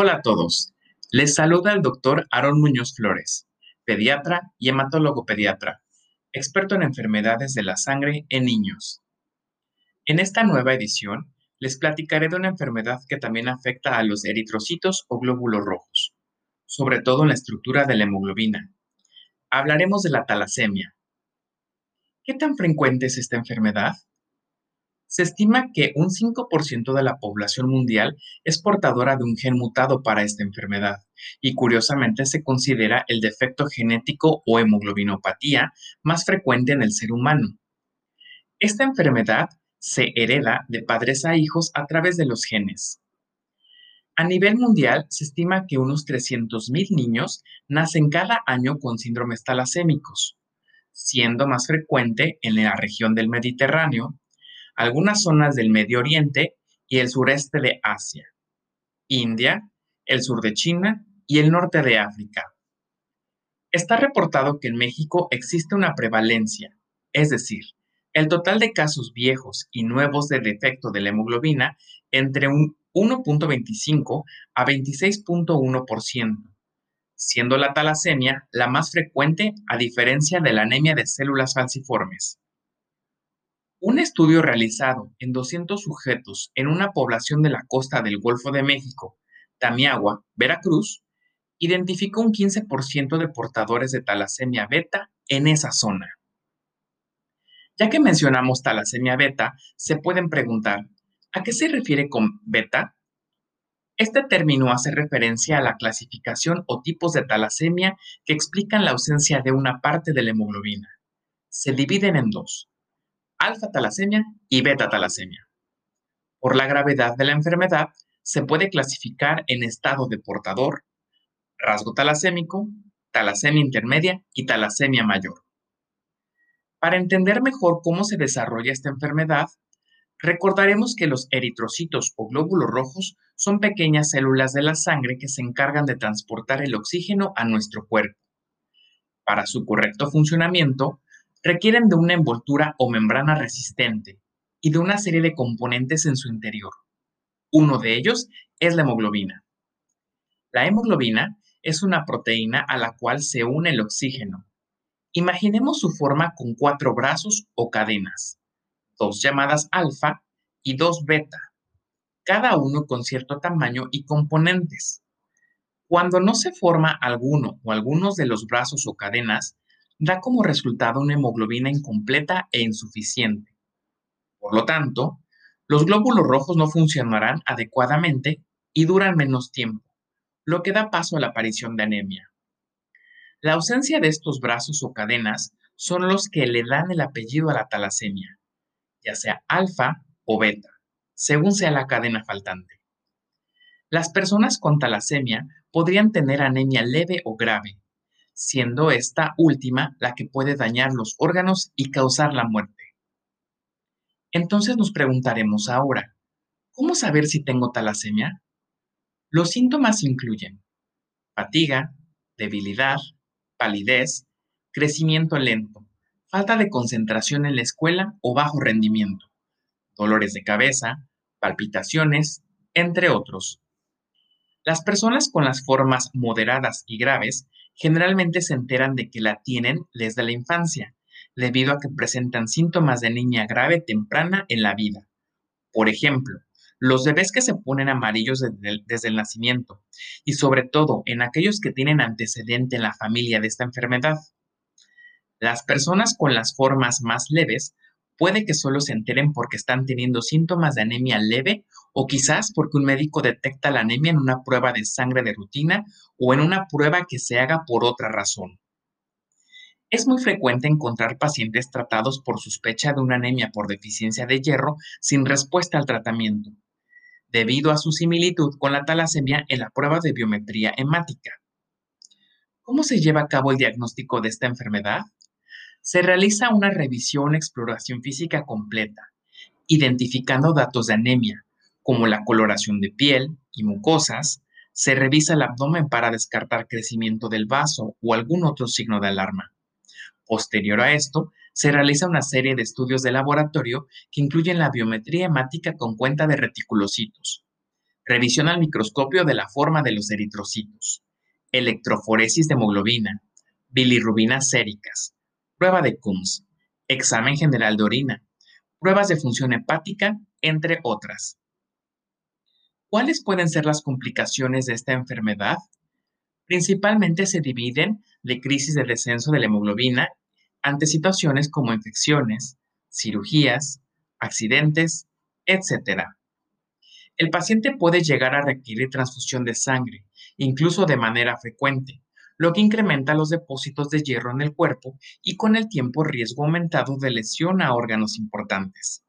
Hola a todos. Les saluda el doctor Aarón Muñoz Flores, pediatra y hematólogo pediatra, experto en enfermedades de la sangre en niños. En esta nueva edición, les platicaré de una enfermedad que también afecta a los eritrocitos o glóbulos rojos, sobre todo en la estructura de la hemoglobina. Hablaremos de la talasemia. ¿Qué tan frecuente es esta enfermedad? Se estima que un 5% de la población mundial es portadora de un gen mutado para esta enfermedad y curiosamente se considera el defecto genético o hemoglobinopatía más frecuente en el ser humano. Esta enfermedad se hereda de padres a hijos a través de los genes. A nivel mundial, se estima que unos 300,000 niños nacen cada año con síndromes talasémicos, siendo más frecuente en la región del Mediterráneo, algunas zonas del Medio Oriente y el sureste de Asia, India, el sur de China y el norte de África. Está reportado que en México existe una prevalencia, es decir, el total de casos viejos y nuevos de defecto de la hemoglobina entre un 1.25 a 26.1%, siendo la talasemia la más frecuente a diferencia de la anemia de células falciformes. Un estudio realizado en 200 sujetos en una población de la costa del Golfo de México, Tamiagua, Veracruz, identificó un 15% de portadores de talasemia beta en esa zona. Ya que mencionamos talasemia beta, se pueden preguntar, ¿a qué se refiere con beta? Este término hace referencia a la clasificación o tipos de talasemia que explican la ausencia de una parte de la hemoglobina. Se dividen en dos: alfa-talasemia y beta-talasemia. Por la gravedad de la enfermedad, se puede clasificar en estado de portador, rasgo talasémico, talasemia intermedia y talasemia mayor. Para entender mejor cómo se desarrolla esta enfermedad, recordaremos que los eritrocitos o glóbulos rojos son pequeñas células de la sangre que se encargan de transportar el oxígeno a nuestro cuerpo. Para su correcto funcionamiento, requieren de una envoltura o membrana resistente y de una serie de componentes en su interior. Uno de ellos es la hemoglobina. La hemoglobina es una proteína a la cual se une el oxígeno. Imaginemos su forma con 4 brazos o cadenas, 2 llamadas alfa y 2 beta, cada uno con cierto tamaño y componentes. Cuando no se forma alguno o algunos de los brazos o cadenas, da como resultado una hemoglobina incompleta e insuficiente. Por lo tanto, los glóbulos rojos no funcionarán adecuadamente y duran menos tiempo, lo que da paso a la aparición de anemia. La ausencia de estos brazos o cadenas son los que le dan el apellido a la talasemia, ya sea alfa o beta, según sea la cadena faltante. Las personas con talasemia podrían tener anemia leve o grave, siendo esta última la que puede dañar los órganos y causar la muerte. Entonces nos preguntaremos ahora, ¿cómo saber si tengo talasemia? Los síntomas incluyen fatiga, debilidad, palidez, crecimiento lento, falta de concentración en la escuela o bajo rendimiento, dolores de cabeza, palpitaciones, entre otros. Las personas con las formas moderadas y graves generalmente se enteran de que la tienen desde la infancia, debido a que presentan síntomas de anemia grave temprana en la vida. Por ejemplo, los bebés que se ponen amarillos desde el nacimiento y sobre todo en aquellos que tienen antecedente en la familia de esta enfermedad. Las personas con las formas más leves puede que solo se enteren porque están teniendo síntomas de anemia leve o quizás porque un médico detecta la anemia en una prueba de sangre de rutina o en una prueba que se haga por otra razón. Es muy frecuente encontrar pacientes tratados por sospecha de una anemia por deficiencia de hierro sin respuesta al tratamiento, debido a su similitud con la talasemia en la prueba de biometría hemática. ¿Cómo se lleva a cabo el diagnóstico de esta enfermedad? Se realiza una revisión exploración física completa, identificando datos de anemia, como la coloración de piel y mucosas. Se revisa el abdomen para descartar crecimiento del vaso o algún otro signo de alarma. Posterior a esto, se realiza una serie de estudios de laboratorio que incluyen la biometría hemática con cuenta de reticulocitos, Revisión al microscopio de la forma de los eritrocitos. Electroforesis de hemoglobina. Bilirrubinas séricas. Prueba de Coombs. Examen general de orina. Pruebas de función hepática, entre otras. ¿Cuáles pueden ser las complicaciones de esta enfermedad? Principalmente se dividen de crisis de descenso de la hemoglobina ante situaciones como infecciones, cirugías, accidentes, etc. El paciente puede llegar a requerir transfusión de sangre, incluso de manera frecuente, lo que incrementa los depósitos de hierro en el cuerpo y con el tiempo riesgo aumentado de lesión a órganos importantes.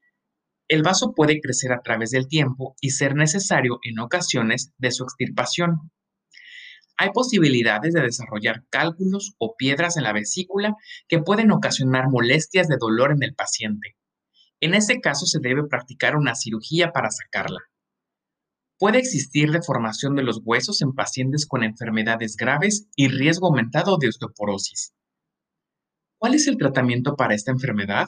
El vaso puede crecer a través del tiempo y ser necesario en ocasiones de su extirpación. Hay posibilidades de desarrollar cálculos o piedras en la vesícula que pueden ocasionar molestias de dolor en el paciente. En ese caso se debe practicar una cirugía para sacarla. Puede existir deformación de los huesos en pacientes con enfermedades graves y riesgo aumentado de osteoporosis. ¿Cuál es el tratamiento para esta enfermedad?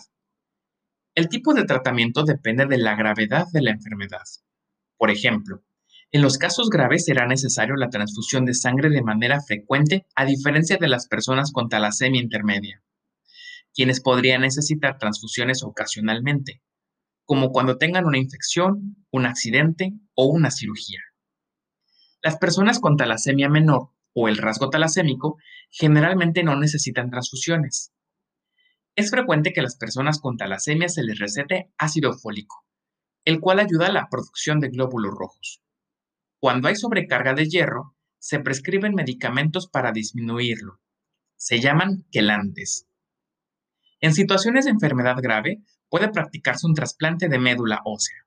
El tipo de tratamiento depende de la gravedad de la enfermedad. Por ejemplo, en los casos graves será necesario la transfusión de sangre de manera frecuente, a diferencia de las personas con talasemia intermedia, quienes podrían necesitar transfusiones ocasionalmente, como cuando tengan una infección, un accidente o una cirugía. Las personas con talasemia menor o el rasgo talasémico generalmente no necesitan transfusiones. Es frecuente que a las personas con talasemia se les recete ácido fólico, el cual ayuda a la producción de glóbulos rojos. Cuando hay sobrecarga de hierro, se prescriben medicamentos para disminuirlo. Se llaman quelantes. En situaciones de enfermedad grave, puede practicarse un trasplante de médula ósea.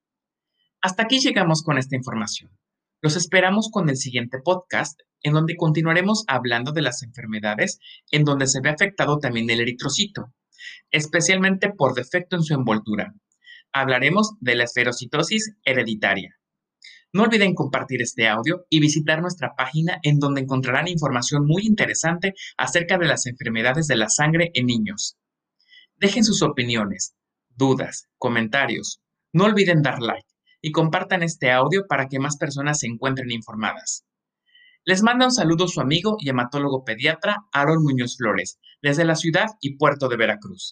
Hasta aquí llegamos con esta información. Los esperamos con el siguiente podcast, en donde continuaremos hablando de las enfermedades en donde se ve afectado también el eritrocito, especialmente por defecto en su envoltura. Hablaremos de la esferocitosis hereditaria. No olviden compartir este audio y visitar nuestra página en donde encontrarán información muy interesante acerca de las enfermedades de la sangre en niños. Dejen sus opiniones, dudas, comentarios. No olviden dar like y compartan este audio para que más personas se encuentren informadas. Les manda un saludo su amigo y hematólogo pediatra Aaron Muñoz Flores, desde la ciudad y puerto de Veracruz.